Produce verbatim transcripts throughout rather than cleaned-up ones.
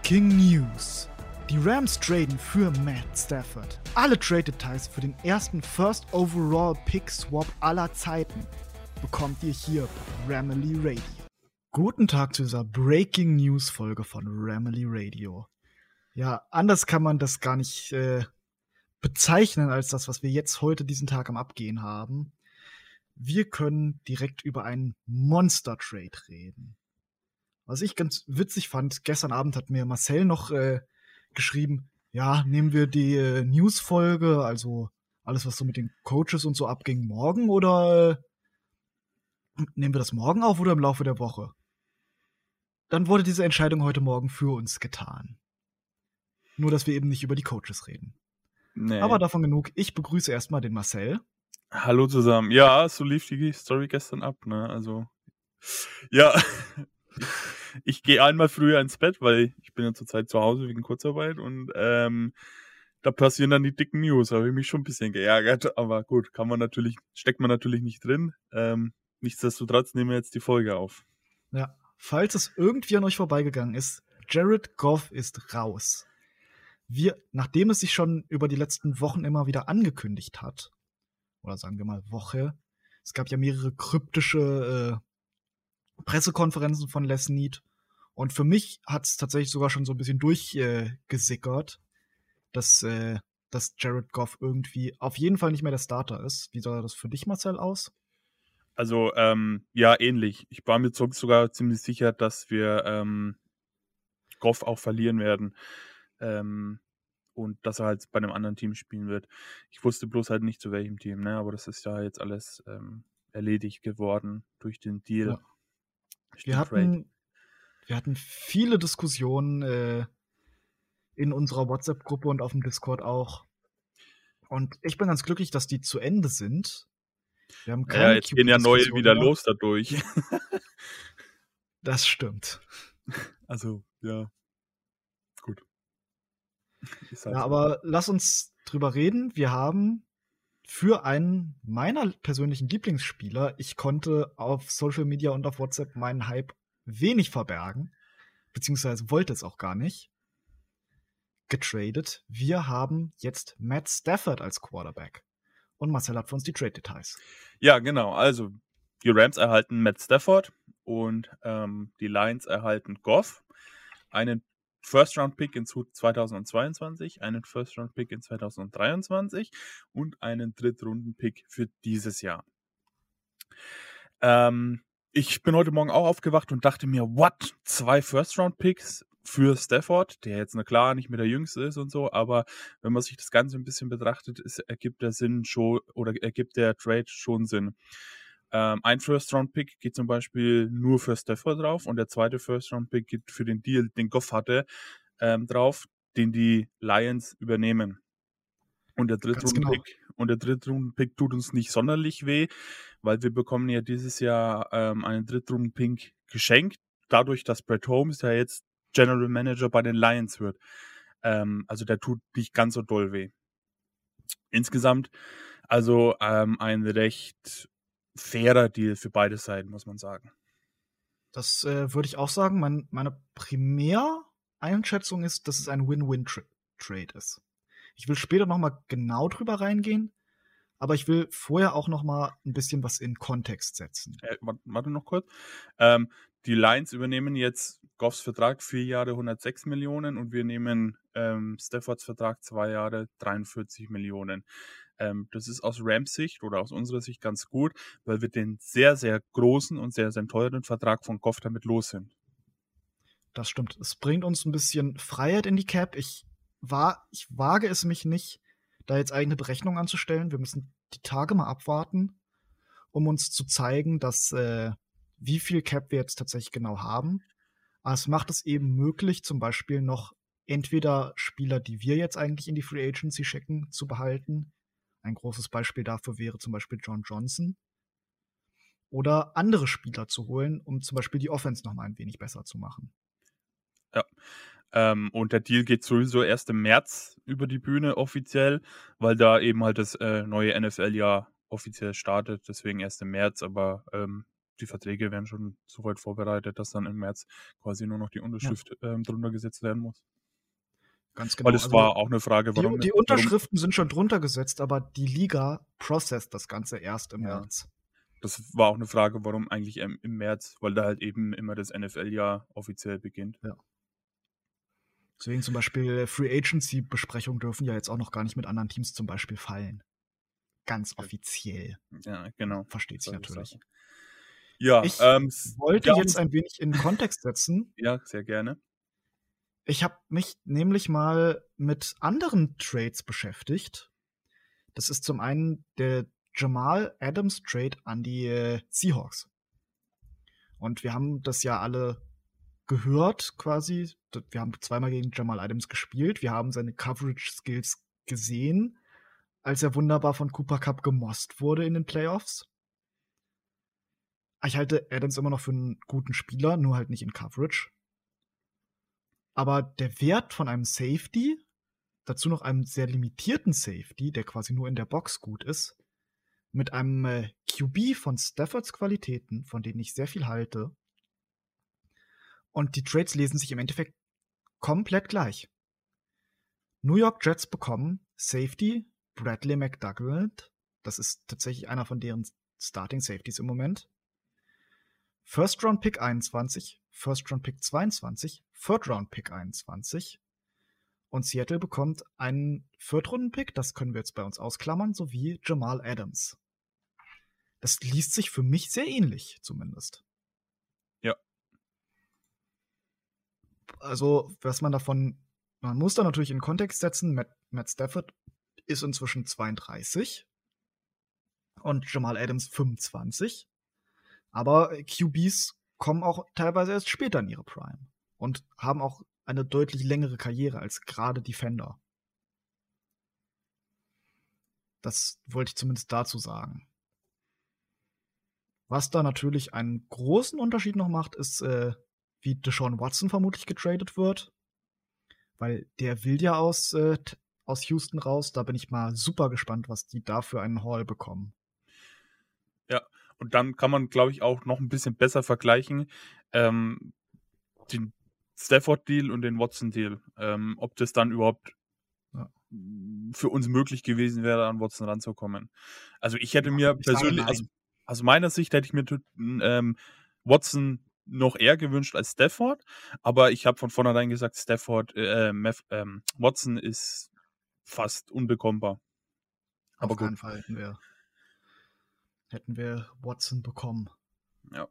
Breaking News. Die Rams traden für Matt Stafford. Alle Trade-Details für den ersten First Overall Pick Swap aller Zeiten bekommt ihr hier bei Ramily Radio. Guten Tag zu dieser Breaking News Folge von Ramily Radio. Ja, anders kann man das gar nicht äh, bezeichnen als das, was wir jetzt heute diesen Tag am Abgehen haben. Wir können direkt über einen Monster-Trade reden. Was ich ganz witzig fand, gestern Abend hat mir Marcel noch äh, geschrieben, ja, nehmen wir die äh, News-Folge, also alles, was so mit den Coaches und so abging, morgen oder äh, nehmen wir das morgen auf oder im Laufe der Woche? Dann wurde diese Entscheidung heute Morgen für uns getan. Nur, dass wir eben nicht über die Coaches reden. Nee. Aber davon genug. Ich begrüße erstmal den Marcel. Hallo zusammen. Ja, so lief die Story gestern ab, ne? Also, ja, ich, ich gehe einmal früher ins Bett, weil ich bin ja zurzeit zu Hause wegen Kurzarbeit und ähm, da passieren dann die dicken News. Da habe ich mich schon ein bisschen geärgert, aber gut, kann man natürlich, steckt man natürlich nicht drin. Ähm, nichtsdestotrotz nehmen wir jetzt die Folge auf. Ja, falls es irgendwie an euch vorbeigegangen ist, Jared Goff ist raus. Wir, nachdem es sich schon über die letzten Wochen immer wieder angekündigt hat, oder sagen wir mal Woche, es gab ja mehrere kryptische äh, Pressekonferenzen von Les Snead, und für mich hat es tatsächlich sogar schon so ein bisschen durchgesickert, äh, dass, äh, dass Jared Goff irgendwie auf jeden Fall nicht mehr der Starter ist. Wie sah das für dich, Marcel, aus? Also, ähm, ja, ähnlich. Ich war mir sogar ziemlich sicher, dass wir ähm, Goff auch verlieren werden. Ähm, und dass er halt bei einem anderen Team spielen wird. Ich wusste bloß halt nicht, zu welchem Team, ne? Aber das ist ja jetzt alles ähm, erledigt geworden durch den Deal. Ja. Wir, hatten, wir hatten viele Diskussionen äh, in unserer WhatsApp-Gruppe und auf dem Discord auch. Und ich bin ganz glücklich, dass die zu Ende sind. Wir haben keine ja, jetzt gehen ja neue wieder mehr. los dadurch. Das stimmt. Also, ja. Gut. Halt ja, so. Aber lass uns drüber reden. Wir haben für einen meiner persönlichen Lieblingsspieler, ich konnte auf Social Media und auf WhatsApp meinen Hype wenig verbergen, beziehungsweise wollte es auch gar nicht, getradet. Wir haben jetzt Matt Stafford als Quarterback. Und Marcel hat für uns die Trade-Details. Ja, genau. Also, die Rams erhalten Matt Stafford und ähm, die Lions erhalten Goff. Einen First-Round-Pick in zweitausendzweiundzwanzig, einen First-Round-Pick in zweitausenddreiundzwanzig und einen Drittrunden-Pick für dieses Jahr. Ähm, ich bin heute Morgen auch aufgewacht und dachte mir, what? Zwei First-Round-Picks für Stafford, der jetzt, na klar, nicht mehr der Jüngste ist und so, aber wenn man sich das Ganze ein bisschen betrachtet, ist, ergibt der Sinn schon, oder ergibt der Trade schon Sinn. Ähm, ein First-Round-Pick geht zum Beispiel nur für Stafford drauf und der zweite First-Round-Pick geht für den Deal, den Goff hatte, ähm, drauf, den die Lions übernehmen. Und der Drittrunden-Pick genau. und der Drittrunden-Pick tut uns nicht sonderlich weh, weil wir bekommen ja dieses Jahr ähm, einen Drittrunden-Pick geschenkt, dadurch, dass Brett Holmes ja jetzt General Manager bei den Lions wird. Ähm, also der tut nicht ganz so doll weh. Insgesamt also ähm, ein recht fairer Deal für beide Seiten, muss man sagen. Das äh, würde ich auch sagen. Mein, meine Primäreinschätzung ist, dass es ein Win-Win-Trade ist. Ich will später noch mal genau drüber reingehen, aber ich will vorher auch noch mal ein bisschen was in Kontext setzen. Äh, warte noch kurz. Ähm, die Lions übernehmen jetzt Goffs Vertrag vier Jahre hundertsechs Millionen und wir nehmen ähm, Staffords Vertrag zwei Jahre dreiundvierzig Millionen. Ähm, das ist aus Rams Sicht oder aus unserer Sicht ganz gut, weil wir den sehr, sehr großen und sehr, sehr teuren Vertrag von Goff damit los sind. Das stimmt. Es bringt uns ein bisschen Freiheit in die Cap. Ich, war, ich wage es mich nicht, da jetzt eigene Berechnungen anzustellen. Wir müssen die Tage mal abwarten, um uns zu zeigen, dass äh, wie viel Cap wir jetzt tatsächlich genau haben. Aber es macht es eben möglich, zum Beispiel noch entweder Spieler, die wir jetzt eigentlich in die Free Agency schicken, zu behalten. Ein großes Beispiel dafür wäre zum Beispiel John Johnson. Oder andere Spieler zu holen, um zum Beispiel die Offense noch mal ein wenig besser zu machen. Ja. Ähm, und der Deal geht sowieso erst im März über die Bühne offiziell, weil da eben halt das äh, neue N F L-Jahr offiziell startet. Deswegen erst im März, aber ähm, die Verträge werden schon so weit vorbereitet, dass dann im März quasi nur noch die Unterschrift ja. ähm, drunter gesetzt werden muss. Ganz genau. Weil es also war auch eine Frage, die, warum... die Unterschriften warum, sind schon drunter gesetzt, aber die Liga processt das Ganze erst im ja. März. Das war auch eine Frage, warum eigentlich im, im März, weil da halt eben immer das N F L-Jahr offiziell beginnt. Ja. Deswegen zum Beispiel Free Agency-Besprechungen dürfen ja jetzt auch noch gar nicht mit anderen Teams zum Beispiel fallen. Ganz offiziell. Ja, genau. Versteht sich natürlich. Ja, ich ähm, wollte ja, jetzt ein wenig in Kontext setzen. Ja, sehr gerne. Ich habe mich nämlich mal mit anderen Trades beschäftigt. Das ist zum einen der Jamal Adams Trade an die äh, Seahawks. Und wir haben das ja alle gehört quasi. Wir haben zweimal gegen Jamal Adams gespielt. Wir haben seine Coverage-Skills gesehen, als er wunderbar von Cooper Kupp gemosst wurde in den Playoffs. Ich halte Adams immer noch für einen guten Spieler, nur halt nicht in Coverage. Aber der Wert von einem Safety, dazu noch einem sehr limitierten Safety, der quasi nur in der Box gut ist, mit einem äh, Q B von Staffords Qualitäten, von denen ich sehr viel halte. Und die Trades lesen sich im Endeffekt komplett gleich. New York Jets bekommen Safety Bradley McDougald. Das ist tatsächlich einer von deren Starting Safeties im Moment. First Round Pick einundzwanzig, First Round Pick zweiundzwanzig, Third Round Pick einundzwanzig. Und Seattle bekommt einen Viertrunden-Pick, das können wir jetzt bei uns ausklammern, sowie Jamal Adams. Das liest sich für mich sehr ähnlich, zumindest. Ja. Also, was man davon, man muss da natürlich in Kontext setzen, Matt, Matt Stafford ist inzwischen zweiunddreißig und Jamal Adams fünfundzwanzig. Aber Q Bs kommen auch teilweise erst später in ihre Prime und haben auch eine deutlich längere Karriere als gerade Defender. Das wollte ich zumindest dazu sagen. Was da natürlich einen großen Unterschied noch macht, ist, äh, wie Deshaun Watson vermutlich getradet wird. Weil der will ja aus, äh, aus Houston raus. Da bin ich mal super gespannt, was die da für einen Haul bekommen. Ja, und dann kann man, glaube ich, auch noch ein bisschen besser vergleichen, ähm, den Stafford-Deal und den Watson-Deal. Ähm, ob das dann überhaupt ja. für uns möglich gewesen wäre, an Watson ranzukommen. Also ich hätte ja, mir ich persönlich, also aus meiner Sicht hätte ich mir ähm, Watson noch eher gewünscht als Stafford, aber ich habe von vornherein gesagt, Stafford, äh, Mef, ähm, Watson ist fast unbekommbar. Aber Auf keinen Fall hätten wir, hätten wir Watson bekommen. Ja.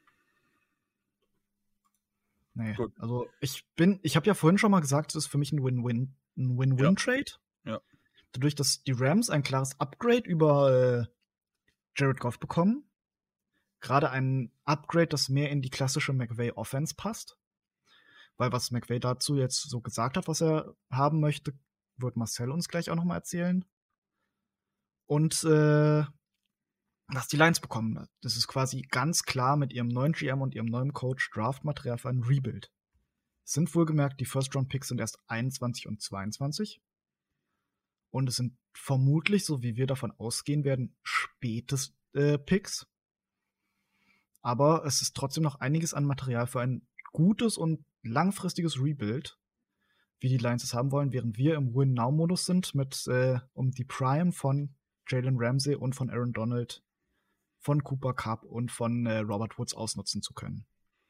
Nee, Gut. also ich bin, ich habe ja vorhin schon mal gesagt, es ist für mich ein Win-Win, ein Win-Win-Trade. Ja. ja. Dadurch, dass die Rams ein klares Upgrade über äh, Jared Goff bekommen. Gerade ein Upgrade, das mehr in die klassische McVay-Offense passt. Weil was McVay dazu jetzt so gesagt hat, was er haben möchte, wird Marcel uns gleich auch noch mal erzählen. Und äh, was die Lions bekommen. Das ist quasi ganz klar mit ihrem neuen G M und ihrem neuen Coach Draftmaterial für ein Rebuild. Es sind wohlgemerkt, die First-Round-Picks sind erst einundzwanzig und zweiundzwanzig. Und es sind vermutlich, so wie wir davon ausgehen werden, spätes äh, Picks. Aber es ist trotzdem noch einiges an Material für ein gutes und langfristiges Rebuild, wie die Lions es haben wollen, während wir im Win-Now-Modus sind, mit äh, um die Prime von Jalen Ramsey und von Aaron Donald, von Cooper Kupp und von äh, Robert Woods ausnutzen zu können.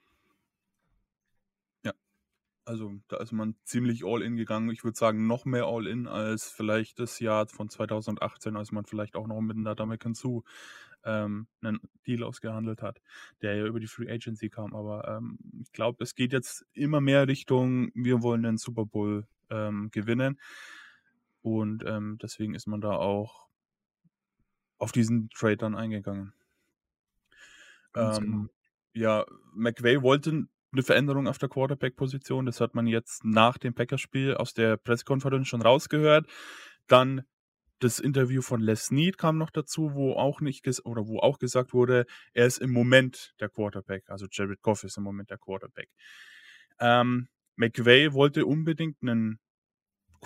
Ja, also da ist man ziemlich all-in gegangen. Ich würde sagen, noch mehr all-in als vielleicht das Jahr von zweitausendachtzehn, als man vielleicht auch noch mit Ndamukong Suh ähm, einen Deal ausgehandelt hat, der ja über die Free Agency kam. Aber ähm, ich glaube, es geht jetzt immer mehr Richtung, wir wollen den Super Bowl ähm, gewinnen. Und ähm, deswegen ist man da auch auf diesen Trade dann eingegangen. Ganz ähm, genau. Ja, McVay wollte eine Veränderung auf der Quarterback-Position. Das hat man jetzt nach dem Packers-Spiel aus der Pressekonferenz schon rausgehört. Dann das Interview von Les Snead kam noch dazu, wo auch nicht ges- oder wo auch gesagt wurde, er ist im Moment der Quarterback. Also Jared Goff ist im Moment der Quarterback. Ähm, McVay wollte unbedingt einen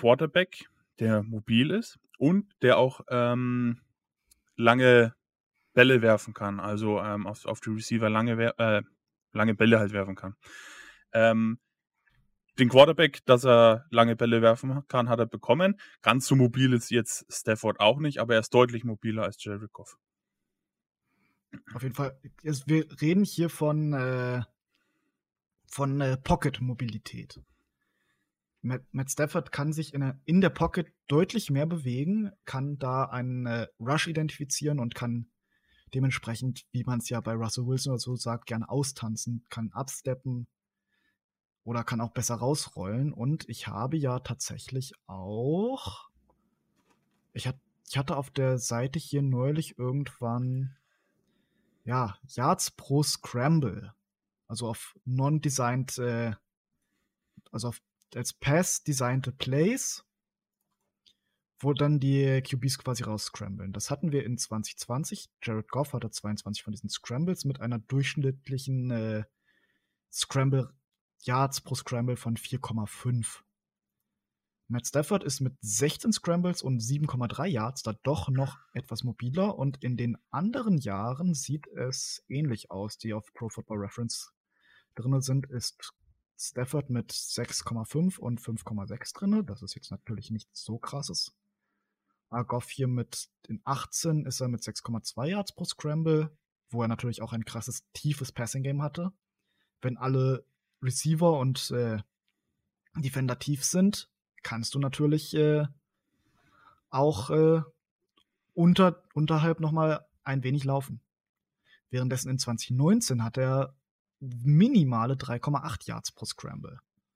Quarterback, der mobil ist und der auch ähm, lange Bälle werfen kann, also ähm, auf, auf die Receiver lange, äh, lange Bälle halt werfen kann. Ähm, den Quarterback, dass er lange Bälle werfen kann, hat er bekommen. Ganz so mobil ist jetzt Stafford auch nicht, aber er ist deutlich mobiler als Jared Goff. Auf jeden Fall, wir reden hier von, äh, von äh, Pocket-Mobilität. Matt, Matt Stafford kann sich in der, in der Pocket deutlich mehr bewegen, kann da einen äh, Rush identifizieren und kann dementsprechend, wie man es ja bei Russell Wilson oder so sagt, gerne austanzen, kann absteppen oder kann auch besser rausrollen. Und ich habe ja tatsächlich auch, ich, hat, ich hatte auf der Seite hier neulich irgendwann, ja, Yards pro Scramble, also auf non-designed, äh, also auf als Pass-designte Plays, wo dann die Q Bs quasi rausscramblen. Das hatten wir in zwanzig zwanzig. Jared Goff hatte zweiundzwanzig von diesen Scrambles mit einer durchschnittlichen äh, Scramble Yards pro Scramble von vier Komma fünf. Matt Stafford ist mit sechzehn Scrambles und sieben Komma drei Yards da doch noch etwas mobiler und in den anderen Jahren sieht es ähnlich aus, die auf Pro Football Reference drin sind, ist Stafford mit sechs Komma fünf und fünf Komma sechs drin. Das ist jetzt natürlich nichts so krasses. Goff hier mit in achtzehn ist er mit sechs Komma zwei Yards pro Scramble, wo er natürlich auch ein krasses, tiefes Passing-Game hatte. Wenn alle Receiver und äh, Defender tief sind, kannst du natürlich äh, auch äh, unter, unterhalb nochmal ein wenig laufen. Währenddessen in zwanzig neunzehn hat er minimale drei Komma acht Yards pro Scramble.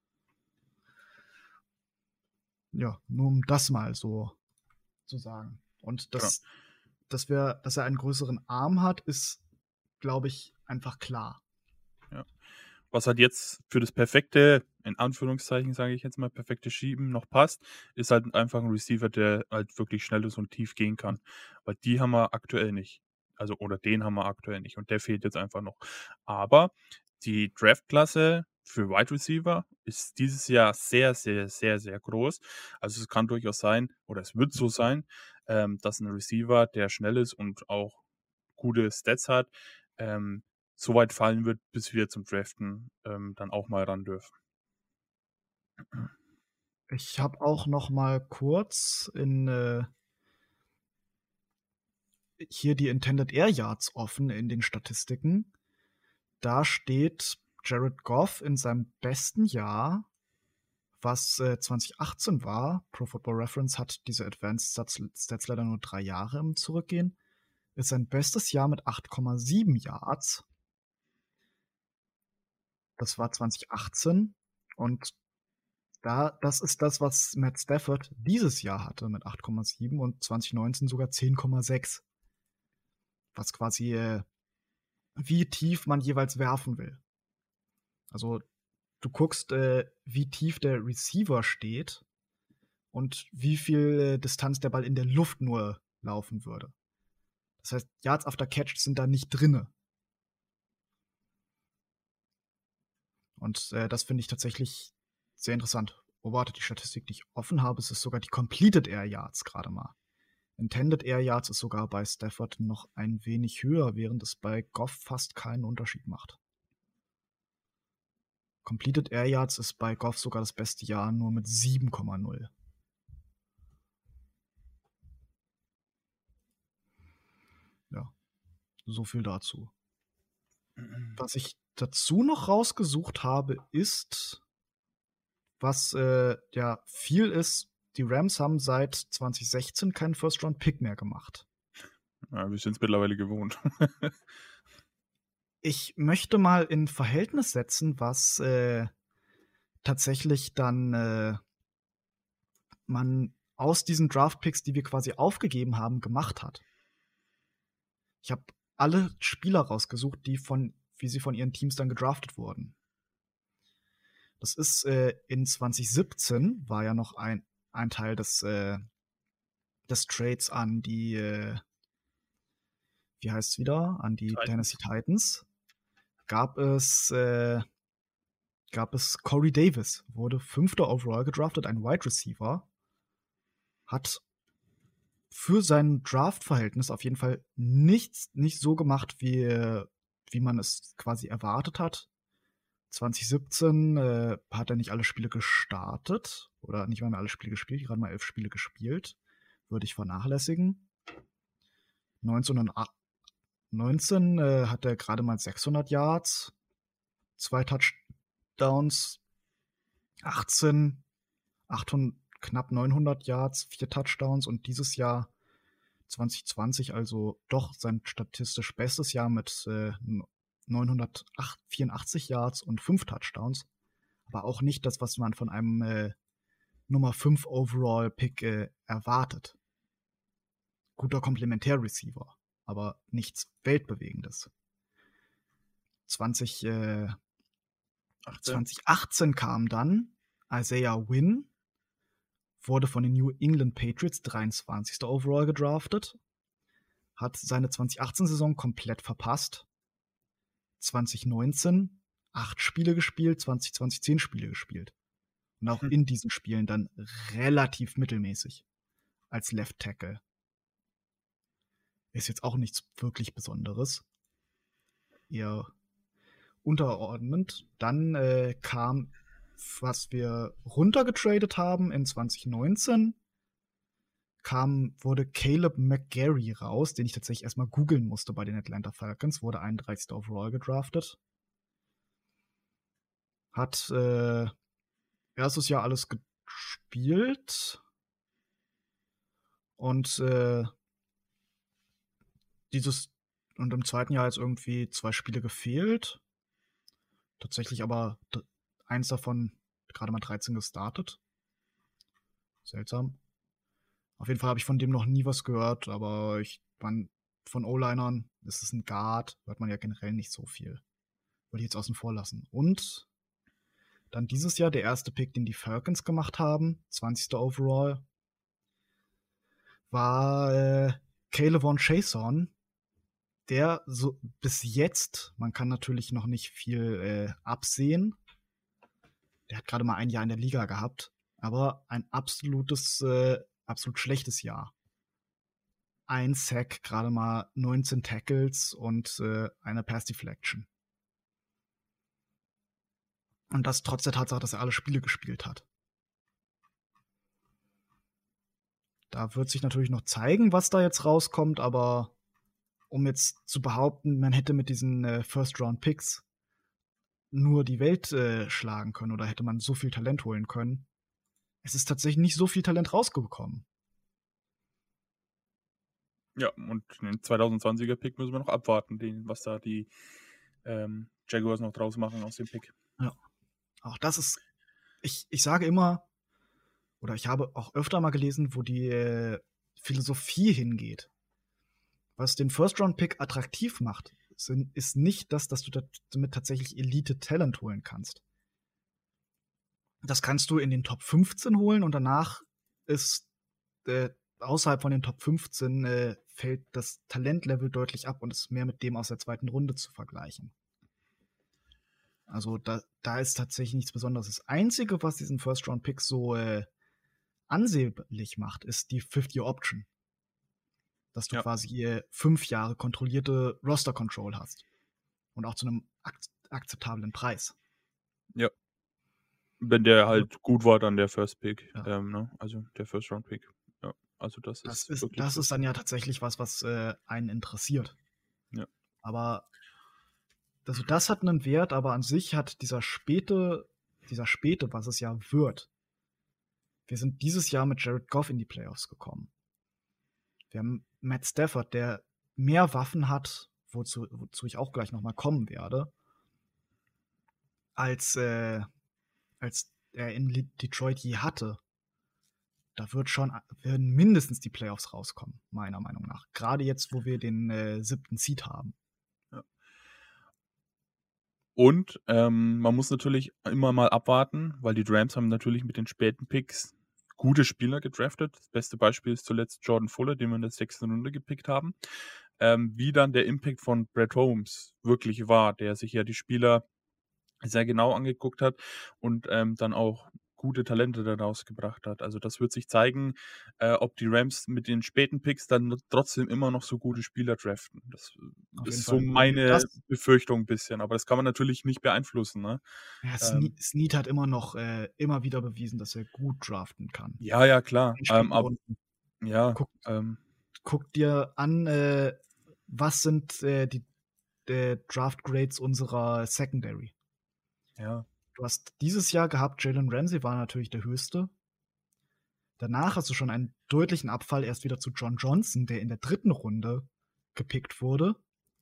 Ja, nur um das mal so zu sagen. Und das, ja. dass, wir, dass er einen größeren Arm hat, ist, glaube ich, einfach klar. Ja. Was halt jetzt für das perfekte, in Anführungszeichen sage ich jetzt mal, perfekte Schieben noch passt, ist halt einfach ein Receiver, der halt wirklich schnell ist und tief gehen kann. Weil die haben wir aktuell nicht. Also, oder den haben wir aktuell nicht. Und der fehlt jetzt einfach noch. Aber die Draftklasse für Wide Receiver ist dieses Jahr sehr, sehr, sehr, sehr groß. Also es kann durchaus sein, oder es wird so sein, ähm, dass ein Receiver, der schnell ist und auch gute Stats hat, ähm, so weit fallen wird, bis wir zum Draften ähm, dann auch mal ran dürfen. Ich habe auch noch mal kurz in äh, hier die Intended Air Yards offen in den Statistiken. Da steht Jared Goff in seinem besten Jahr, was äh, zwanzig achtzehn war. Pro Football Reference hat diese Advanced Stats, Stats leider nur drei Jahre im Zurückgehen. Ist sein bestes Jahr mit acht Komma sieben Yards. Das war zwanzig achtzehn. Und da, das ist das, was Matt Stafford dieses Jahr hatte mit acht Komma sieben und zwanzig neunzehn sogar zehn Komma sechs. Was quasi, äh, wie tief man jeweils werfen will. Also, du guckst, äh, wie tief der Receiver steht und wie viel äh, Distanz der Ball in der Luft nur laufen würde. Das heißt, Yards after Catch sind da nicht drinne. Und äh, das finde ich tatsächlich sehr interessant. Oh, warte, die Statistik, die ich offen habe, ist sogar die Completed Air Yards gerade mal. Intended Air Yards ist sogar bei Stafford noch ein wenig höher, während es bei Goff fast keinen Unterschied macht. Completed Air Yards ist bei Goff sogar das beste Jahr, nur mit sieben Komma null. Ja, so viel dazu. Was ich dazu noch rausgesucht habe, ist, was äh, ja viel ist, die Rams haben seit zwanzig sechzehn keinen First-Round-Pick mehr gemacht. Ja, wir sind es mittlerweile gewohnt. Ich möchte mal in Verhältnis setzen, was äh, tatsächlich dann äh, man aus diesen Draft-Picks, die wir quasi aufgegeben haben, gemacht hat. Ich habe alle Spieler rausgesucht, die von, wie sie von ihren Teams dann gedraftet wurden. Das ist äh, in zwanzig siebzehn war ja noch ein, ein Teil des, äh, des Trades an die, äh, wie heißt es wieder, an die Titans. Tennessee Titans. Gab es, äh, gab es Corey Davis, wurde fünfter Overall gedraftet, ein Wide Receiver, hat für sein Draft-Verhältnis auf jeden Fall nichts, nicht so gemacht, wie, wie man es quasi erwartet hat. zwanzig siebzehn äh, hat er nicht alle Spiele gestartet oder nicht mal mehr alle Spiele gespielt, gerade mal elf Spiele gespielt. Würde ich vernachlässigen. neunzehn äh, hat er gerade mal sechshundert Yards, zwei Touchdowns, achtzehn, achthundert, knapp neunhundert Yards, vier Touchdowns und dieses Jahr zwanzig zwanzig, also doch sein statistisch bestes Jahr mit äh, neunhundertvierundachtzig Yards und fünf Touchdowns. Aber auch nicht das, was man von einem äh, Nummer fünf Overall-Pick äh, erwartet. Guter Komplementär-Receiver, aber nichts Weltbewegendes. zwanzig, äh, zwanzig achtzehn kam dann Isaiah Wynn, wurde von den New England Patriots dreiundzwanzigster Overall gedraftet, hat seine zwanzig achtzehn-Saison komplett verpasst. zwanzig neunzehn acht Spiele gespielt, zwanzig zwanzig zehn Spiele gespielt. Und auch hm. in diesen Spielen dann relativ mittelmäßig als Left Tackle. Ist jetzt auch nichts wirklich Besonderes. Eher unterordnend. Dann äh, kam, was wir runtergetradet haben in zwanzig neunzehn, kam, wurde Caleb McGarry raus, den ich tatsächlich erstmal googeln musste bei den Atlanta Falcons, wurde einunddreißigster Overall gedraftet. Hat äh, erstes Jahr alles gespielt und äh, dieses und im zweiten Jahr jetzt irgendwie zwei Spiele gefehlt. Tatsächlich aber eins davon gerade mal dreizehn gestartet. Seltsam. Auf jeden Fall habe ich von dem noch nie was gehört, aber ich man, von O-Linern, das ist ein Guard, hört man ja generell nicht so viel. Würde ich jetzt außen vor lassen. Und dann dieses Jahr der erste Pick, den die Falcons gemacht haben, zwanzigster Overall, war äh, K'Lavon Chaisson, der so bis jetzt, man kann natürlich noch nicht viel äh, absehen, der hat gerade mal ein Jahr in der Liga gehabt, aber ein absolutes, äh, absolut schlechtes Jahr. Ein Sack, gerade mal neunzehn Tackles und äh, eine Pass Deflection. Und das trotz der Tatsache, dass er alle Spiele gespielt hat. Da wird sich natürlich noch zeigen, was da jetzt rauskommt, aber um jetzt zu behaupten, man hätte mit diesen äh, First-Round-Picks nur die Welt äh, schlagen können oder hätte man so viel Talent holen können, es ist tatsächlich nicht so viel Talent rausgekommen. Ja, und den zweitausendzwanziger Pick müssen wir noch abwarten, den, was da die ähm, Jaguars noch draus machen aus dem Pick. Ja, auch das ist, ich, ich sage immer, oder ich habe auch öfter mal gelesen, wo die äh, Philosophie hingeht. Was den First-Round-Pick attraktiv macht, sind, ist nicht das, dass du damit tatsächlich Elite-Talent holen kannst. Das kannst du in den Top fünfzehn holen und danach ist äh, außerhalb von den Top fünfzehn äh, fällt das Talentlevel deutlich ab und ist mehr mit dem aus der zweiten Runde zu vergleichen. Also da, da ist tatsächlich nichts Besonderes. Das Einzige, was diesen First-Round-Pick so äh, ansehnlich macht, ist die Fifth-Year-Option. Dass du ja. quasi äh, fünf Jahre kontrollierte Roster-Control hast. Und auch zu einem ak- akzeptablen Preis. Ja. Wenn der halt ja. gut war, dann der First-Pick. Ja. Ähm, ne? Also der First-Round-Pick. Ja. Also das, das ist, ist wirklich Das ist dann ja tatsächlich was, was äh, einen interessiert. Ja. Aber also das hat einen Wert, aber an sich hat dieser späte, dieser späte, was es ja wird. Wir sind dieses Jahr mit Jared Goff in die Playoffs gekommen. Wir haben Matt Stafford, der mehr Waffen hat, wozu, wozu ich auch gleich nochmal kommen werde, als, äh, als er in Detroit je hatte. Da wird schon, werden mindestens die Playoffs rauskommen, meiner Meinung nach. Gerade jetzt, wo wir den äh, siebten Seed haben. Ja. Und ähm, man muss natürlich immer mal abwarten, weil die Rams haben natürlich mit den späten Picks gute Spieler gedraftet. Das beste Beispiel ist zuletzt Jordan Fuller, den wir in der sechsten Runde gepickt haben. Ähm, wie dann der Impact von Brett Holmes wirklich war, der sich ja die Spieler sehr genau angeguckt hat und ähm, dann auch gute Talente da rausgebracht hat. Also, das wird sich zeigen, äh, ob die Rams mit den späten Picks dann trotzdem immer noch so gute Spieler draften. Das Auf jeden ist so Fall. Und das meine Befürchtung 'n bisschen, aber das kann man natürlich nicht beeinflussen, ne? Ja, Sne Ähm Snead hat immer noch äh, immer wieder bewiesen, dass er gut draften kann. Ja, ja, In klar. den Ähm, späten ab Runden. ja, Guck ähm guck dir an, äh, was sind, äh, die, äh, Draft Grades unserer Secondary. Ja. Du hast dieses Jahr gehabt, Jalen Ramsey war natürlich der Höchste. Danach hast du schon einen deutlichen Abfall erst wieder zu John Johnson, der in der dritten Runde gepickt wurde.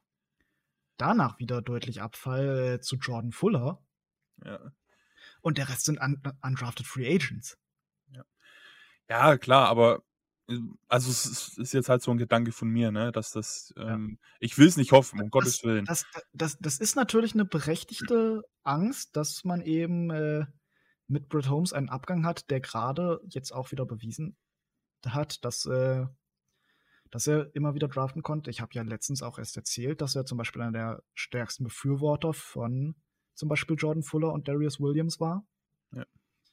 Danach wieder deutlich Abfall, äh, zu Jordan Fuller. Ja. Und der Rest sind un undrafted Free Agents. Ja. Ja, klar, aber, ähm, also, es ist ist jetzt halt so 'n Gedanke von mir, ne, dass das, Ja. ähm ich will's nicht hoffen, D um das Gottes Willen. das das das ist natürlich 'ne berechtigte Angst, dass man eben, äh, mit Brett Holmes einen Abgang hat, der grade jetzt auch wieder bewiesen hat, dass, äh dass er immer wieder draften konnte. Ich habe ja letztens auch erst erzählt, dass er zum Beispiel einer der stärksten Befürworter von zum Beispiel Jordan Fuller und Darius Williams war. Ja.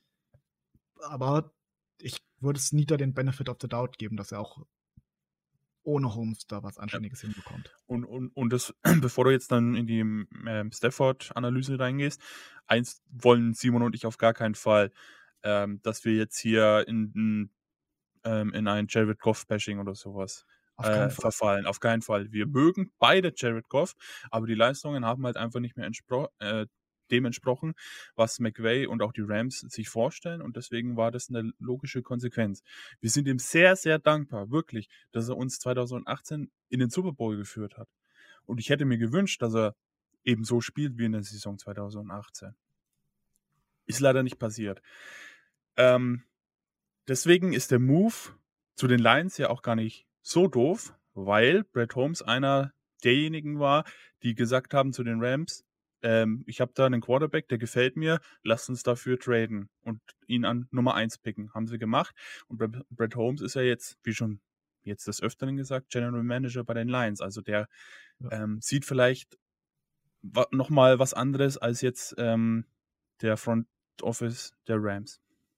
Aber ich würde Snead da den Benefit of the Doubt geben, dass er auch ohne Holmes da was Ja. Anständiges hinbekommt. Und und und das bevor du jetzt dann in die, ähm, Stafford-Analyse reingehst, eins wollen Simon und ich auf gar keinen Fall, ähm, dass wir jetzt hier in 'n ähm, in ein Jared Goff-Bashing oder so was, Auf keinen äh, Fall. verfallen. Auf keinen Fall. Wir mögen beide Jared Goff, aber die Leistungen haben halt einfach nicht mehr entspro äh, dem entsprochen, was McVay und auch die Rams sich vorstellen und deswegen war das 'ne logische Konsequenz. Wir sind ihm sehr, sehr dankbar, wirklich, dass er uns zweitausendachtzehn in den Super Bowl geführt hat. Und ich hätte mir gewünscht, dass er eben so spielt wie in der Saison zweitausendachtzehn. Ist leider nicht passiert. Ähm, deswegen ist der Move zu den Lions ja auch gar nicht so doof, weil Brett Holmes einer derjenigen war, die gesagt haben zu den Rams: „Ähm, ich habe da 'nen Quarterback, der gefällt mir, lasst uns dafür traden und ihn an Nummer eins picken.“ Haben sie gemacht und Brett Brett Holmes ist ja jetzt, wie schon jetzt des Öfteren gesagt, General Manager bei den Lions. Also, der, Ja. ähm, sieht vielleicht wa noch mal was anderes als jetzt, ähm, der Front Office der Rams.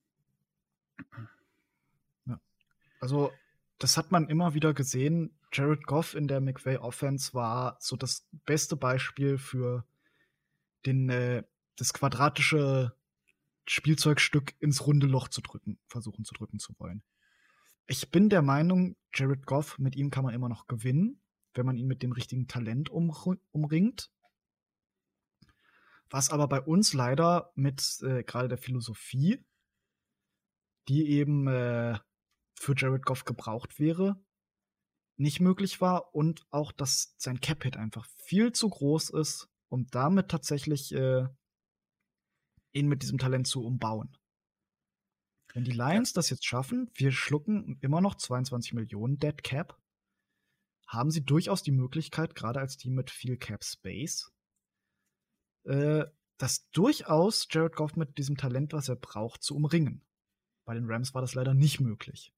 Ja. Also, das hat man immer wieder gesehen. Jared Goff in der McVay-Offense war so das beste Beispiel für den äh, das quadratische Spielzeugstück ins runde Loch zu drücken versuchen zu drücken zu wollen. Ich bin der Meinung, Jared Goff, mit ihm kann man immer noch gewinnen, wenn man ihn mit dem richtigen Talent umru umringt. Was aber bei uns leider mit, äh, grade der Philosophie die eben, äh, für Jared Goff gebraucht wäre, nicht möglich war und auch, dass sein Cap-Hit einfach viel zu groß ist, um damit tatsächlich, äh ihn mit diesem Talent zu umbauen. Wenn die Ja. Lions das jetzt schaffen, wir schlucken immer noch zweiundzwanzig Millionen Dead Cap haben sie durchaus die Möglichkeit, grade als Team mit viel Cap Space äh, das durchaus Jared Goff mit diesem Talent, was er braucht, zu umringen. Bei den Rams war das leider nicht möglich.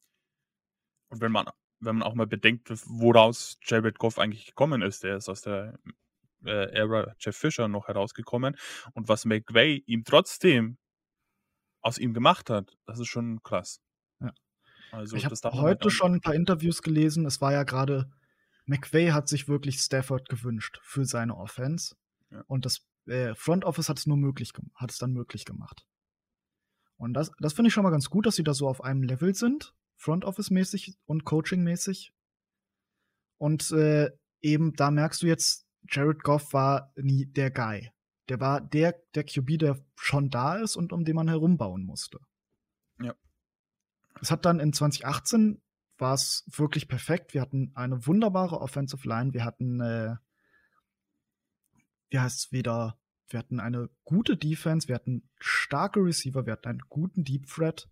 Und wenn man wenn man auch mal bedenkt, w woraus Jared Goff eigentlich gekommen ist, der ist aus der, äh, Ära Jeff Fisher noch herausgekommen und was McVay ihm trotzdem aus ihm gemacht hat, das ist schon krass. Ja. Also, Ich habe das darf man halt auch heute nicht schon 'n paar vergessen. Interviews gelesen. Es war ja grade McVay hat sich wirklich Stafford gewünscht für seine Offense Ja. und das, äh, Front Office hat's nur möglich gem hat es dann möglich gemacht. Und das das finde ich schon mal ganz gut, dass sie da so auf einem Level sind, Front Office-mäßig und Coaching-mäßig. Und, äh, eben da merkst du jetzt, Jared Goff war nie der Guy. Der war der der Q B, der schon da ist und um den man herumbauen musste. Ja. Es hat dann in zwanzig achtzehn war's wirklich perfekt. Wir hatten eine wunderbare Offensive Line. Wir hatten, äh wie heißt's wieder wir hatten eine gute Defense, wir hatten starke Receiver, wir hatten einen guten Deep Threat.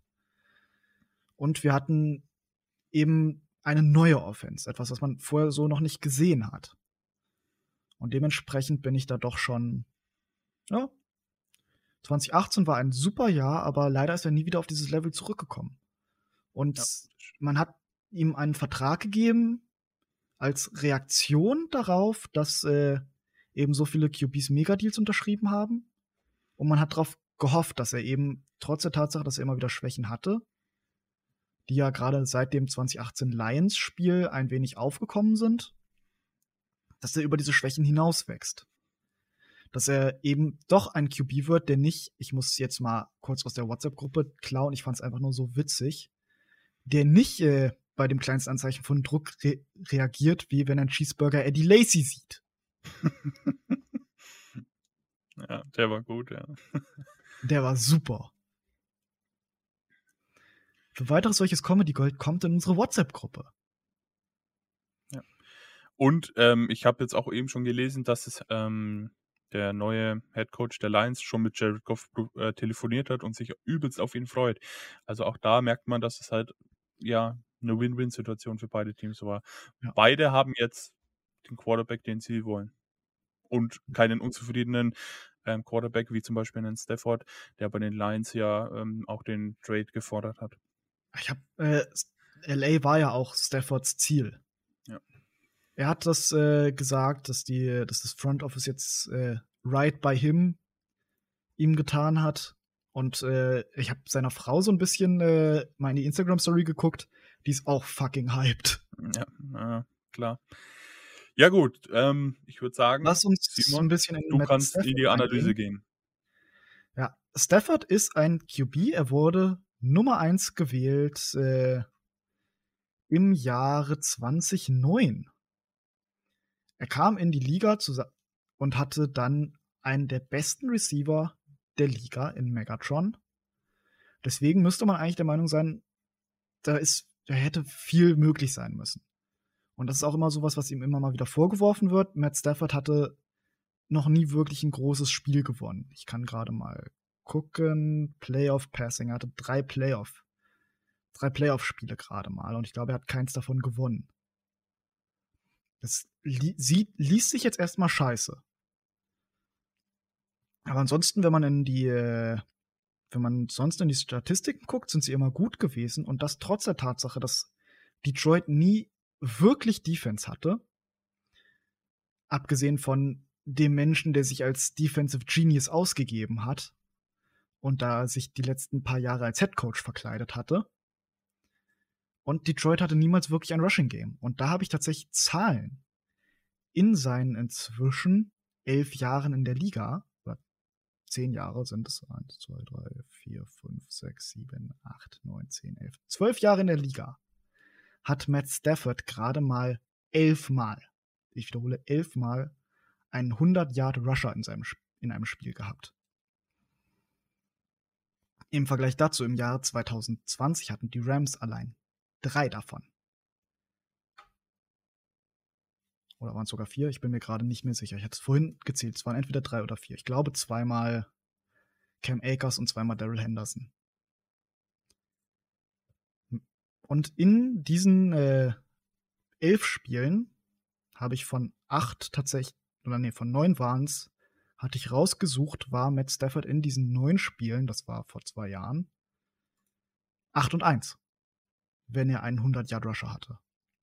Und wir hatten eben eine neue Offense, etwas, was man vorher so noch nicht gesehen hat. Und dementsprechend bin ich da doch schon ja. zwanzig achtzehn war ein super Jahr, aber leider ist er nie wieder auf dieses Level zurückgekommen. Und Ja. man hat ihm einen Vertrag gegeben als Reaktion darauf, dass, äh, eben so viele Q Bs Megadeals unterschrieben haben. Und man hat drauf gehofft, dass er eben trotz der Tatsache, dass er immer wieder Schwächen hatte, die ja gerade seit dem zwanzig achtzehn Lions-Spiel ein wenig aufgekommen sind, dass er über diese Schwächen hinauswächst. Dass er eben doch ein Q B wird, der nicht, ich muss jetzt mal kurz aus der WhatsApp-Gruppe klauen, ich fand es einfach nur so witzig, der nicht äh, bei dem kleinsten Anzeichen von Druck re- reagiert, wie wenn ein Cheeseburger Eddie Lacy sieht. Ja, der war gut, ja. Der war super. Für weiteres solches Comedy-Gold kommt in unsere WhatsApp-Gruppe. Ja. Und ähm, ich habe jetzt auch eben schon gelesen, dass es ähm, der neue Headcoach der Lions schon mit Jared Goff äh, telefoniert hat und sich übelst auf ihn freut. Also auch da merkt man, dass es halt ja eine Win-Win-Situation für beide Teams war. Ja. Beide haben jetzt den Quarterback, den sie wollen. Und keinen unzufriedenen ähm, Quarterback, wie zum Beispiel einen Stafford, der bei den Lions ja ähm, auch den Trade gefordert hat. Ich hab, äh, L A war ja auch Staffords Ziel. Ja. Er hat das äh, gesagt, dass, die, dass das Front Office jetzt äh, right by him ihm getan hat. Und äh, ich habe seiner Frau so ein bisschen äh, mal in die Instagram-Story geguckt. Die ist auch fucking hyped. Ja, äh, klar. Ja gut, ähm, ich würde sagen, Lass uns Simon, ein bisschen in du Matt kannst Stafford in die Analyse eingehen. gehen. Ja, Stafford ist ein Q B. Er wurde Nummer eins gewählt äh, im Jahre zweitausendneun. Er kam in die Liga und hatte dann einen der besten Receiver der Liga in Megatron. Deswegen müsste man eigentlich der Meinung sein, da ist, da hätte viel möglich sein müssen. Und das ist auch immer sowas, was ihm immer mal wieder vorgeworfen wird. Matt Stafford hatte noch nie wirklich ein großes Spiel gewonnen. Ich kann gerade mal gucken. Playoff Passing. Er hatte drei Playoff, drei Playoff-Spiele gerade mal. Und ich glaube, er hat keins davon gewonnen. Das li- sieht, liest sich jetzt erstmal scheiße. Aber ansonsten, wenn man in die, äh, wenn man sonst in die Statistiken guckt, sind sie immer gut gewesen. Und das trotz der Tatsache, dass Detroit nie wirklich Defense hatte. Abgesehen von dem Menschen, der sich als Defensive Genius ausgegeben hat und da sich die letzten paar Jahre als Headcoach verkleidet hatte. Und Detroit hatte niemals wirklich ein Rushing-Game. Und da habe ich tatsächlich Zahlen in seinen inzwischen elf Jahren in der Liga, oder zehn Jahre sind es, eins, zwei, drei, vier, fünf, sechs, sieben, acht, neun, zehn, elf, zwölf Jahre in der Liga, hat Matt Stafford gerade mal elfmal, ich wiederhole, elfmal einen hundert-Yard-Rusher in, seinem, in einem Spiel gehabt. Im Vergleich dazu, im Jahr zwanzig zwanzig hatten die Rams allein drei davon. Oder waren es sogar vier? Ich bin mir gerade nicht mehr sicher. Ich hatte es vorhin gezählt. Es waren entweder drei oder vier. Ich glaube zweimal Cam Akers und zweimal Darrell Henderson. Und in diesen äh, elf Spielen habe ich von acht tatsächlich, oder nee, von neun waren es, hatte ich rausgesucht, war Matt Stafford in diesen neun Spielen, das war vor zwei Jahren, acht und eins, wenn er einen hundert-Yard-Rusher hatte.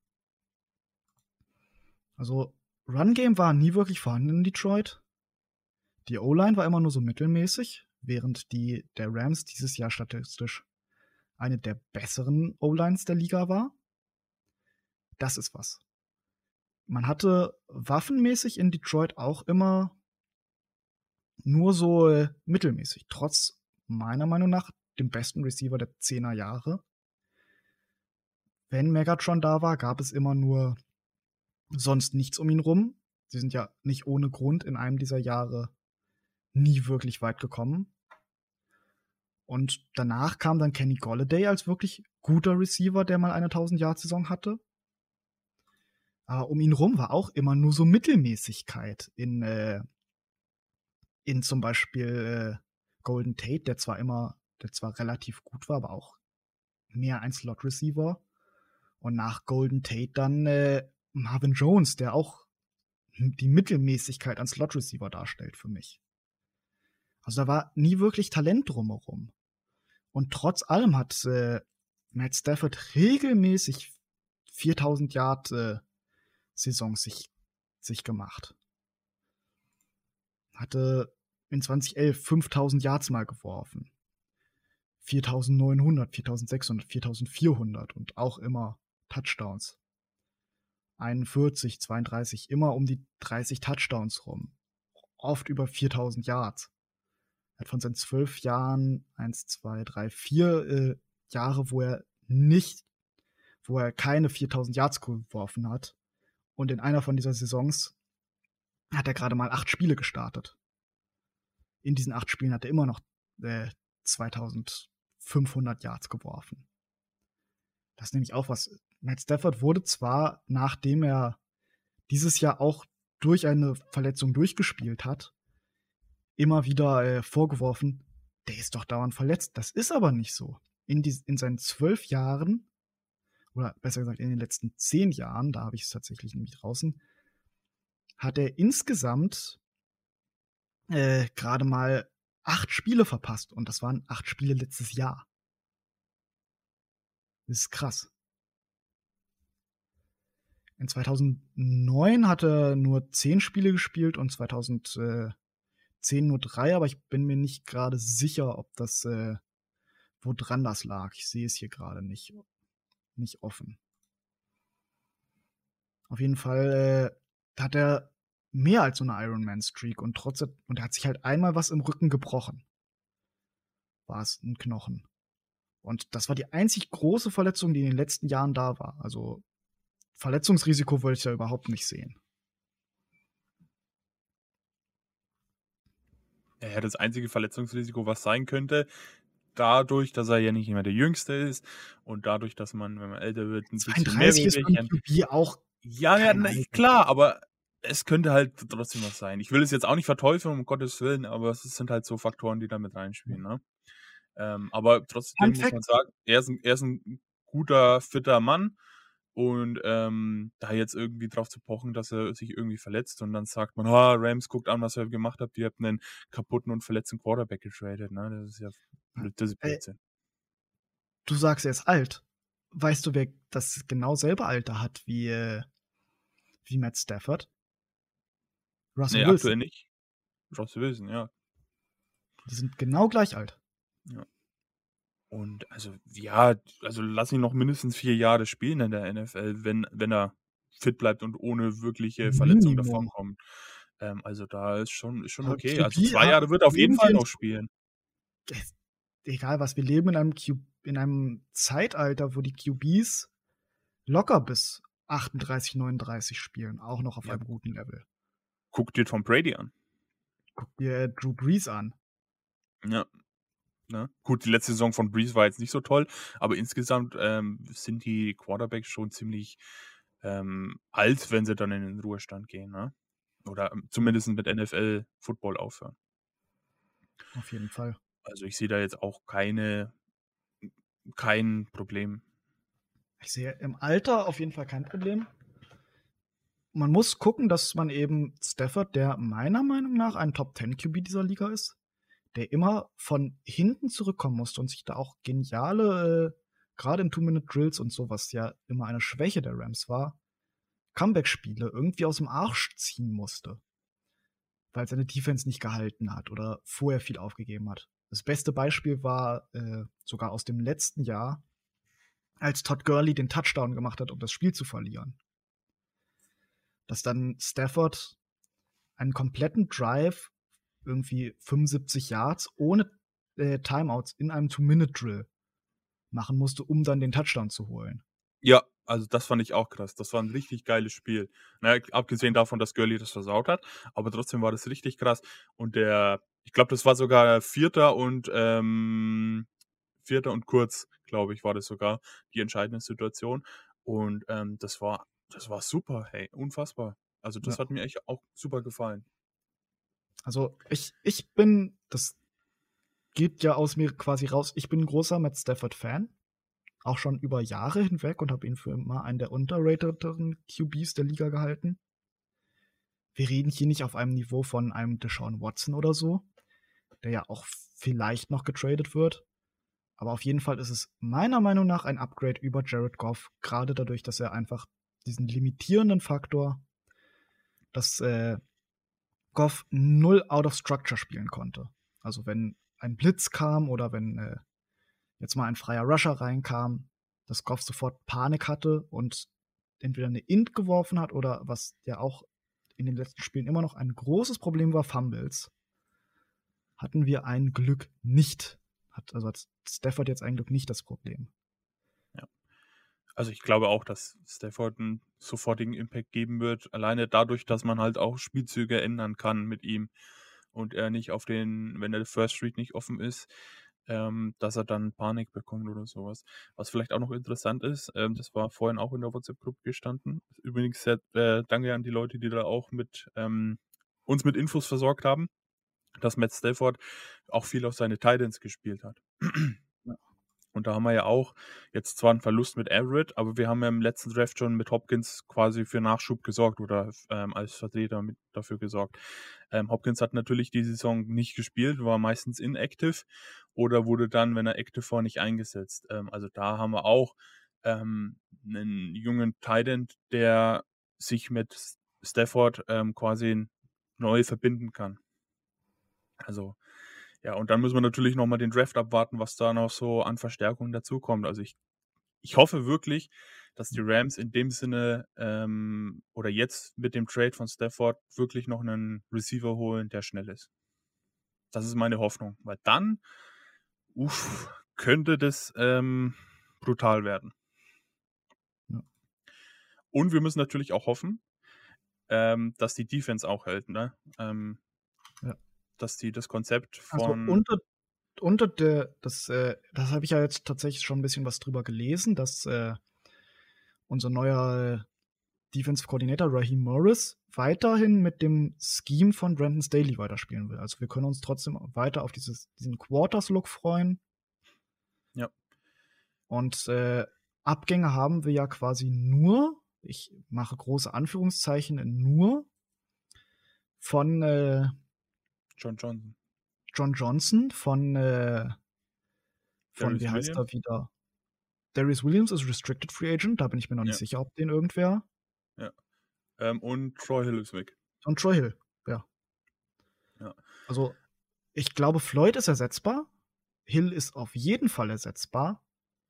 Also Run-Game war nie wirklich vorhanden in Detroit. Die O-Line war immer nur so mittelmäßig, während die der Rams dieses Jahr statistisch eine der besseren O-Lines der Liga war. Das ist was. Man hatte waffenmäßig in Detroit auch immer nur so äh, mittelmäßig, trotz meiner Meinung nach dem besten Receiver der zehner Jahre. Wenn Megatron da war, gab es immer nur sonst nichts um ihn rum. Sie sind ja nicht ohne Grund in einem dieser Jahre nie wirklich weit gekommen. Und danach kam dann Kenny Golladay als wirklich guter Receiver, der mal eine tausend-Yard-Saison hatte. Aber um ihn rum war auch immer nur so Mittelmäßigkeit in, äh, in zum Beispiel äh, Golden Tate, der zwar immer, der zwar relativ gut war, aber auch mehr ein Slot-Receiver. Und nach Golden Tate dann äh, Marvin Jones, der auch die Mittelmäßigkeit an Slot-Receiver darstellt für mich. Also da war nie wirklich Talent drumherum. Und trotz allem hat äh, Matt Stafford regelmäßig viertausend Yard äh, Saisons sich, sich gemacht. Hatte in zwanzig elf fünftausend Yards mal geworfen. viertausendneunhundert, viertausendsechshundert, viertausendvierhundert und auch immer Touchdowns. einundvierzig, zweiunddreißig, immer um die dreißig Touchdowns rum. Oft über viertausend Yards. Er hat von seinen zwölf Jahren eins, zwei, drei, vier äh, Jahre, wo er nicht, wo er keine viertausend Yards geworfen hat. Und in einer von dieser Saisons hat er gerade mal acht Spiele gestartet. In diesen acht Spielen hat er immer noch äh, zweitausendfünfhundert Yards geworfen. Das ist nämlich auch was. Matt Stafford wurde zwar, nachdem er dieses Jahr auch durch eine Verletzung durchgespielt hat, immer wieder äh, vorgeworfen, der ist doch dauernd verletzt. Das ist aber nicht so. In, die, in seinen zwölf Jahren, oder besser gesagt in den letzten zehn Jahren, da habe ich es tatsächlich nämlich draußen, hat er insgesamt äh, gerade mal acht Spiele verpasst. Und das waren acht Spiele letztes Jahr. Das ist krass. In zweitausendneun hat er nur zehn Spiele gespielt und zweitausendzehn nur drei, aber ich bin mir nicht gerade sicher, ob das, äh, woran das lag. Ich sehe es hier gerade nicht, nicht offen. Auf jeden Fall äh, hat er mehr als so eine Ironman-Streak und trotzdem, und er hat sich halt einmal was im Rücken gebrochen. War es ein Knochen. Und das war die einzig große Verletzung, die in den letzten Jahren da war. Also Verletzungsrisiko wollte ich ja überhaupt nicht sehen. Ja, das einzige Verletzungsrisiko, was sein könnte, dadurch, dass er ja nicht mehr der Jüngste ist und dadurch, dass man, wenn man älter wird, ein bisschen mehr zweiunddreißig ist beim Q B auch. Ja, ja, na, klar, aber es könnte halt trotzdem was sein. Ich will es jetzt auch nicht verteufeln, um Gottes Willen, aber es sind halt so Faktoren, die da mit reinspielen, ne? Ähm, aber trotzdem muss man sagen, er ist ein, er ist ein guter, fitter Mann. Und ähm, da jetzt irgendwie drauf zu pochen, dass er sich irgendwie verletzt und dann sagt man, ah, Rams, guckt an, was ihr gemacht habt, ihr habt einen kaputten und verletzten Quarterback getradet, ne? Das ist ja das ist Blödsinn. Du sagst, er ist alt. Weißt du, wer das genau selbe Alter hat wie, äh, wie Matt Stafford? Russell nee, Wilson. Aktuell nicht. Russell Wilson, ja. Die sind genau gleich alt. Ja. Und also, ja, also lass ihn noch mindestens vier Jahre spielen in der N F L, wenn, wenn er fit bleibt und ohne wirkliche Verletzung davonkommt. Ähm, also da ist schon, ist schon okay. Also zwei Jahre wird er auf jeden Fall noch spielen. Egal was, wir leben in einem, Q, in einem Zeitalter, wo die Q Bs locker bis achtunddreißig, neununddreißig spielen, auch noch auf ja. einem guten Level. Guck dir Tom Brady an. Guck dir Drew Brees an. Ja. Ne? Gut, die letzte Saison von Brees war jetzt nicht so toll, aber insgesamt ähm, sind die Quarterbacks schon ziemlich ähm, alt, wenn sie dann in den Ruhestand gehen, ne? Oder ähm, zumindest mit N F L-Football aufhören. Auf jeden Fall. Also ich sehe da jetzt auch keine, kein Problem. Ich sehe im Alter auf jeden Fall kein Problem. Man muss gucken, dass man eben Stafford, der meiner Meinung nach ein Top zehn Q B dieser Liga ist, der immer von hinten zurückkommen musste und sich da auch geniale, äh, gerade in Two-Minute-Drills und so, was ja immer eine Schwäche der Rams war, Comeback-Spiele irgendwie aus dem Arsch ziehen musste. Weil seine Defense nicht gehalten hat oder vorher viel aufgegeben hat. Das beste Beispiel war äh, sogar aus dem letzten Jahr, als Todd Gurley den Touchdown gemacht hat, um das Spiel zu verlieren. Dass dann Stafford einen kompletten Drive irgendwie fünfundsiebzig Yards ohne äh, Timeouts in einem Two-Minute-Drill machen musste, um dann den Touchdown zu holen. Ja, also das fand ich auch krass. Das war ein richtig geiles Spiel. Naja, abgesehen davon, dass Gurley das versaut hat, aber trotzdem war das richtig krass. Und der, ich glaube, das war sogar Vierter und ähm, Vierter und kurz, glaube ich, war das sogar die entscheidende Situation. Und ähm, das war, das war super, hey, unfassbar. Also das ja. hat mir echt auch super gefallen. Also ich, ich bin, das geht ja aus mir quasi raus, ich bin ein großer Matt Stafford-Fan, auch schon über Jahre hinweg und habe ihn für immer einen der underratederen Q Bs der Liga gehalten. Wir reden hier nicht auf einem Niveau von einem Deshaun Watson oder so, der ja auch vielleicht noch getradet wird, aber auf jeden Fall ist es meiner Meinung nach ein Upgrade über Jared Goff, gerade dadurch, dass er einfach diesen limitierenden Faktor, das äh, Goff null out of structure spielen konnte. Also wenn ein Blitz kam oder wenn äh, jetzt mal ein freier Rusher reinkam, dass Goff sofort Panik hatte und entweder eine Int geworfen hat oder was ja auch in den letzten Spielen immer noch ein großes Problem war, Fumbles, hatten wir ein Glück nicht. Hat, also hat Stafford jetzt ein Glück nicht das Problem. Ja. Also ich glaube auch, dass Stafford einen sofortigen Impact geben wird, alleine dadurch, dass man halt auch Spielzüge ändern kann mit ihm und er nicht auf den, wenn der First Read nicht offen ist, ähm, dass er dann Panik bekommt oder sowas. Was vielleicht auch noch interessant ist, ähm, das war vorhin auch in der WhatsApp-Gruppe gestanden. Übrigens sehr, äh, danke an die Leute, die da auch mit ähm, uns mit Infos versorgt haben, dass Matt Stafford auch viel auf seine Titans gespielt hat. Und da haben wir ja auch jetzt zwar einen Verlust mit Everett, aber wir haben ja im letzten Draft schon mit Hopkins quasi für Nachschub gesorgt oder ähm, als Vertreter mit dafür gesorgt. Ähm, Hopkins hat natürlich die Saison nicht gespielt, war meistens inactive oder wurde dann, wenn er active war, nicht eingesetzt. Ähm, also da haben wir auch ähm, einen jungen Tight End, der sich mit Stafford ähm, quasi neu verbinden kann. Also ja, und dann müssen wir natürlich nochmal den Draft abwarten, was da noch so an Verstärkungen dazukommt. Also ich, ich hoffe wirklich, dass die Rams in dem Sinne ähm, oder jetzt mit dem Trade von Stafford wirklich noch einen Receiver holen, der schnell ist. Das ist meine Hoffnung, weil dann uff, könnte das ähm, brutal werden. Ja. Und wir müssen natürlich auch hoffen, ähm, dass die Defense auch hält, ne? Ähm, Ja. Dass die das Konzept von Also unter, unter der, das, äh, das habe ich ja jetzt tatsächlich schon ein bisschen was drüber gelesen, dass äh, unser neuer Defensive Coordinator Raheem Morris weiterhin mit dem Scheme von Brandon Staley weiterspielen will. Also wir können uns trotzdem weiter auf dieses, diesen Quarters-Look freuen. Ja. Und äh, Abgänge haben wir ja quasi nur, ich mache große Anführungszeichen, nur von äh, John Johnson. John Johnson, von, äh, von Darius wie heißt Williams. er wieder? Darius Williams ist Restricted Free Agent, da bin ich mir noch nicht Ja. sicher, ob den irgendwer. Ja. Ähm, und Troy Hill ist weg. Und Troy Hill, ja. Ja. Also, ich glaube, Floyd ist ersetzbar. Hill ist auf jeden Fall ersetzbar.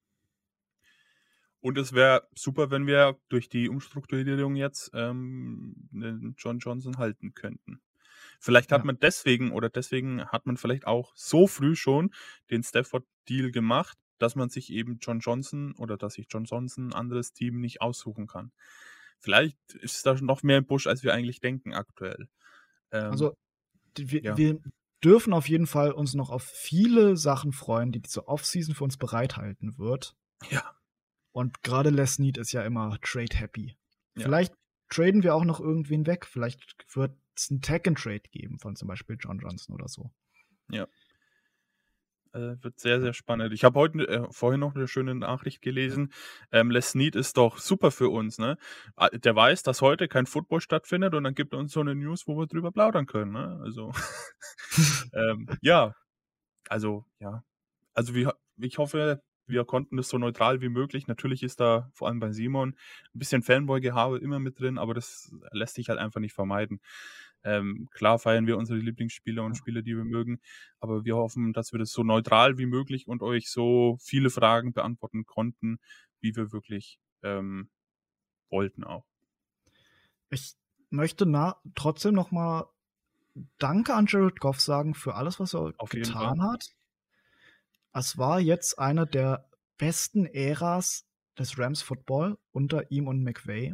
Und es wäre super, wenn wir durch die Umstrukturierung jetzt ähm, einen John Johnson halten könnten. Vielleicht hat Ja. man deswegen oder deswegen hat man vielleicht auch so früh schon den Stafford-Deal gemacht, dass man sich eben John Johnson oder dass sich John Johnson ein anderes Team nicht aussuchen kann. Vielleicht ist da noch mehr im Busch, als wir eigentlich denken aktuell. Ähm, Also, die, wir, ja. wir dürfen auf jeden Fall uns noch auf viele Sachen freuen, die diese Offseason für uns bereithalten wird. Ja. Und gerade Les Need ist ja immer trade-happy. Ja. Vielleicht traden wir auch noch irgendwen weg. Vielleicht wird es einen Tag-and-Trade geben von zum Beispiel John Johnson oder so. Ja. Äh, wird sehr, sehr spannend. Ich habe heute äh, vorhin noch eine schöne Nachricht gelesen. Ähm, Les Snead ist doch super für uns, ne? Ah, Der weiß, dass heute kein Football stattfindet und dann gibt er uns so eine News, wo wir drüber plaudern können, ne? Also, ähm, ja. Also, ja. Also, wir, ich hoffe, wir konnten das so neutral wie möglich. Natürlich ist da vor allem bei Simon ein bisschen Fanboy-Gehabe immer mit drin, aber das lässt sich halt einfach nicht vermeiden. Ähm, klar feiern wir unsere Lieblingsspieler und Spieler, die wir mögen, aber wir hoffen, dass wir das so neutral wie möglich und euch so viele Fragen beantworten konnten, wie wir wirklich ähm, wollten auch. Ich möchte na, trotzdem noch mal Danke an Jared Goff sagen für alles, was er Auf jeden getan Fall. hat. Es war jetzt eine der besten Äras des Rams Football unter ihm und McVay.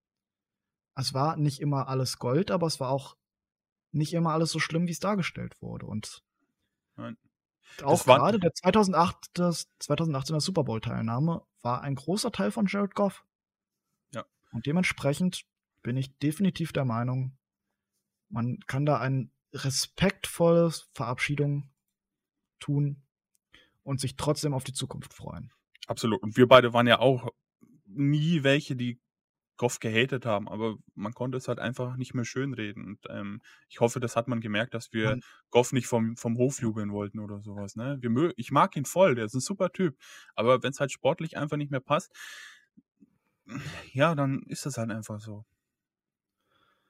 Es war nicht immer alles Gold, aber es war auch nicht immer alles so schlimm, wie es dargestellt wurde. Und Nein. auch Das war, gerade der zweitausendacht, das zweitausendachtzehner Super Bowl-Teilnahme war ein großer Teil von Jared Goff. Ja. Und dementsprechend bin ich definitiv der Meinung, man kann da eine respektvolle Verabschiedung tun und sich trotzdem auf die Zukunft freuen. Absolut. Und wir beide waren ja auch nie welche, die Goff gehatet haben, aber man konnte es halt einfach nicht mehr schönreden. Und ähm, ich hoffe, das hat man gemerkt, dass wir Man, Goff nicht vom, vom Hof jubeln wollten oder sowas. Ne? Wir mö ich mag ihn voll, der ist ein super Typ. Aber wenn es halt sportlich einfach nicht mehr passt, ja, dann ist das halt einfach so.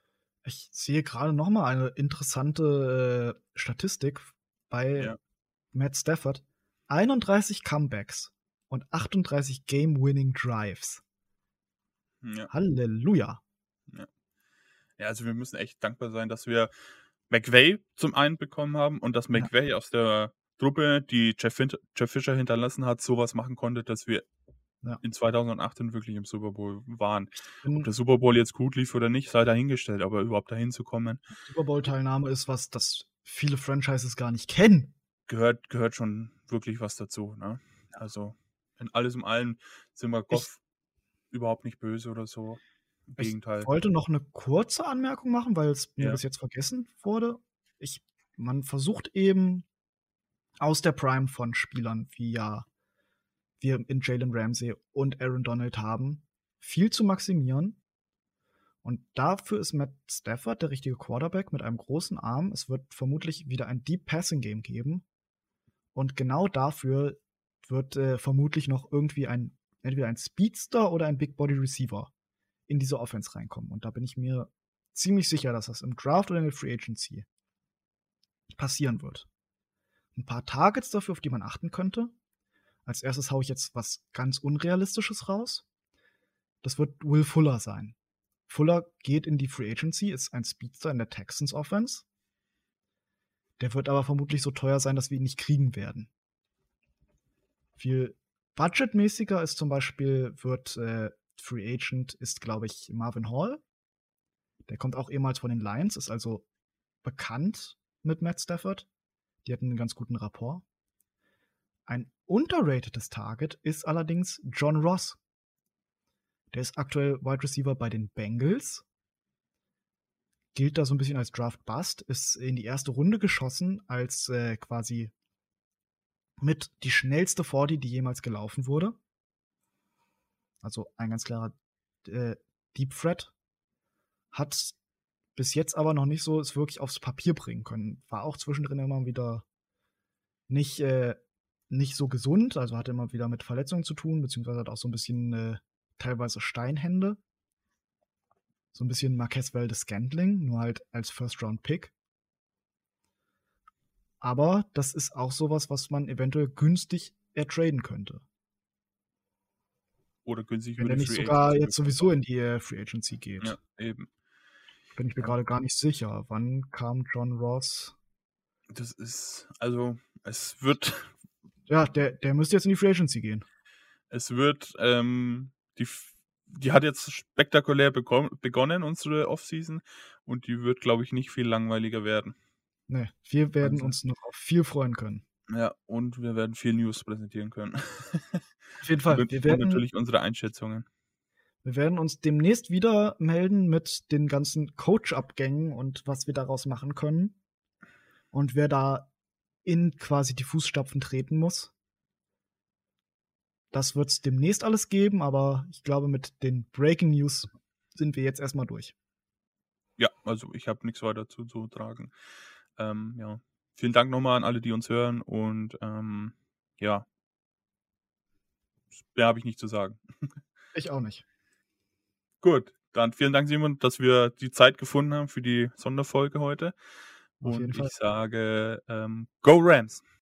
Ich sehe gerade noch mal eine interessante, äh, Statistik bei Ja. Matt Stafford. einunddreißig Comebacks und achtunddreißig Game-Winning Drives. Ja. Halleluja. Ja. Ja, also wir müssen echt dankbar sein, dass wir McVay zum einen bekommen haben und dass Ja. McVay aus der Truppe, die Jeff, Hint Jeff Fisher hinterlassen hat, sowas machen konnte, dass wir Ja. in zweitausendachtzehn wirklich im Super Bowl waren. Ich Ob bin der Super Bowl jetzt gut lief oder nicht, sei dahingestellt, aber überhaupt dahin zu kommen, Super Bowl-Teilnahme ist was, das viele Franchises gar nicht kennen. gehört gehört schon wirklich was dazu, ne? Ja. Also, in alles in allem sind wir Ich Goff überhaupt nicht böse oder so. Im ich Gegenteil. wollte noch 'ne kurze Anmerkung machen, weil's mir Ja. bis jetzt vergessen wurde. Ich man versucht eben aus der Prime von Spielern, wie ja wir in Jalen Ramsey und Aaron Donald haben, viel zu maximieren. Und dafür ist Matt Stafford der richtige Quarterback mit einem großen Arm. Es wird vermutlich wieder ein Deep Passing Game geben. Und genau dafür wird, äh, vermutlich noch irgendwie ein entweder ein Speedster oder ein Big Body Receiver in diese Offense reinkommen. Und da bin ich mir ziemlich sicher, dass das im Draft oder in der Free Agency passieren wird. 'N paar Targets dafür, auf die man achten könnte. Als Erstes haue ich jetzt was ganz Unrealistisches raus. Das wird Will Fuller sein. Fuller geht in die Free Agency, ist ein Speedster in der Texans Offense. Der wird aber vermutlich so teuer sein, dass wir ihn nicht kriegen werden. Viel budgetmäßiger ist zum Beispiel wird, äh, Free Agent ist, glaube ich, Marvin Hall. Der kommt auch ehemals von den Lions, ist also bekannt mit Matt Stafford. Die hatten 'n ganz guten Rapport. Ein underrateds Target ist allerdings John Ross. Der ist aktuell Wide Receiver bei den Bengals. Gilt da so 'n bisschen als Draft Bust, ist in die erste Runde geschossen als, äh, quasi mit die schnellste Forty, die jemals gelaufen wurde. Also, ein ganz klarer, äh, Deep Threat. Hat bis jetzt aber noch nicht so es wirklich aufs Papier bringen können. War auch zwischendrin immer wieder nicht, äh nicht so gesund, also hatte immer wieder mit Verletzungen zu tun, beziehungsweise hat auch so 'n bisschen, äh, teilweise Steinhände. So 'n bisschen Marquez Valdes-Scantling, nur halt als First Round Pick. Aber das ist auch so was, was man eventuell günstig ertraden könnte. Oder günstig Wenn über der die nicht Free sogar Agency jetzt bekommt. sowieso in die, äh, Free Agency geht. Ja, eben. Bin ich mir Ja. grade gar nicht sicher. Wann kam John Ross? Das ist also, es wird Ja, der der müsste jetzt in die Free Agency gehen. Es wird, ähm, die f die hat jetzt spektakulär bekomm begonnen, unsere Offseason, und die wird, glaube ich, nicht viel langweiliger werden. Ne, wir werden Also uns noch auf viel freuen können. Ja, und wir werden viel News präsentieren können. Auf jeden Fall, Und wir und werden natürlich unsere Einschätzungen. wir werden uns demnächst wieder melden mit den ganzen Coach-Abgängen und was wir daraus machen können. Und wer da in quasi die Fußstapfen treten muss. Das wird's demnächst alles geben, aber ich glaube, mit den Breaking News sind wir jetzt erst mal durch. Ja, also, ich habe nix weiter zuzutragen. Ähm, ja. Vielen Dank noch mal an alle, die uns hören und, ähm, ja. Mehr habe ich nicht zu sagen. Ich auch nicht. Gut, dann vielen Dank, Simon, dass wir die Zeit gefunden haben für die Sonderfolge heute. Auf jeden Und Fall. ich sage, ähm: „Go Rams!“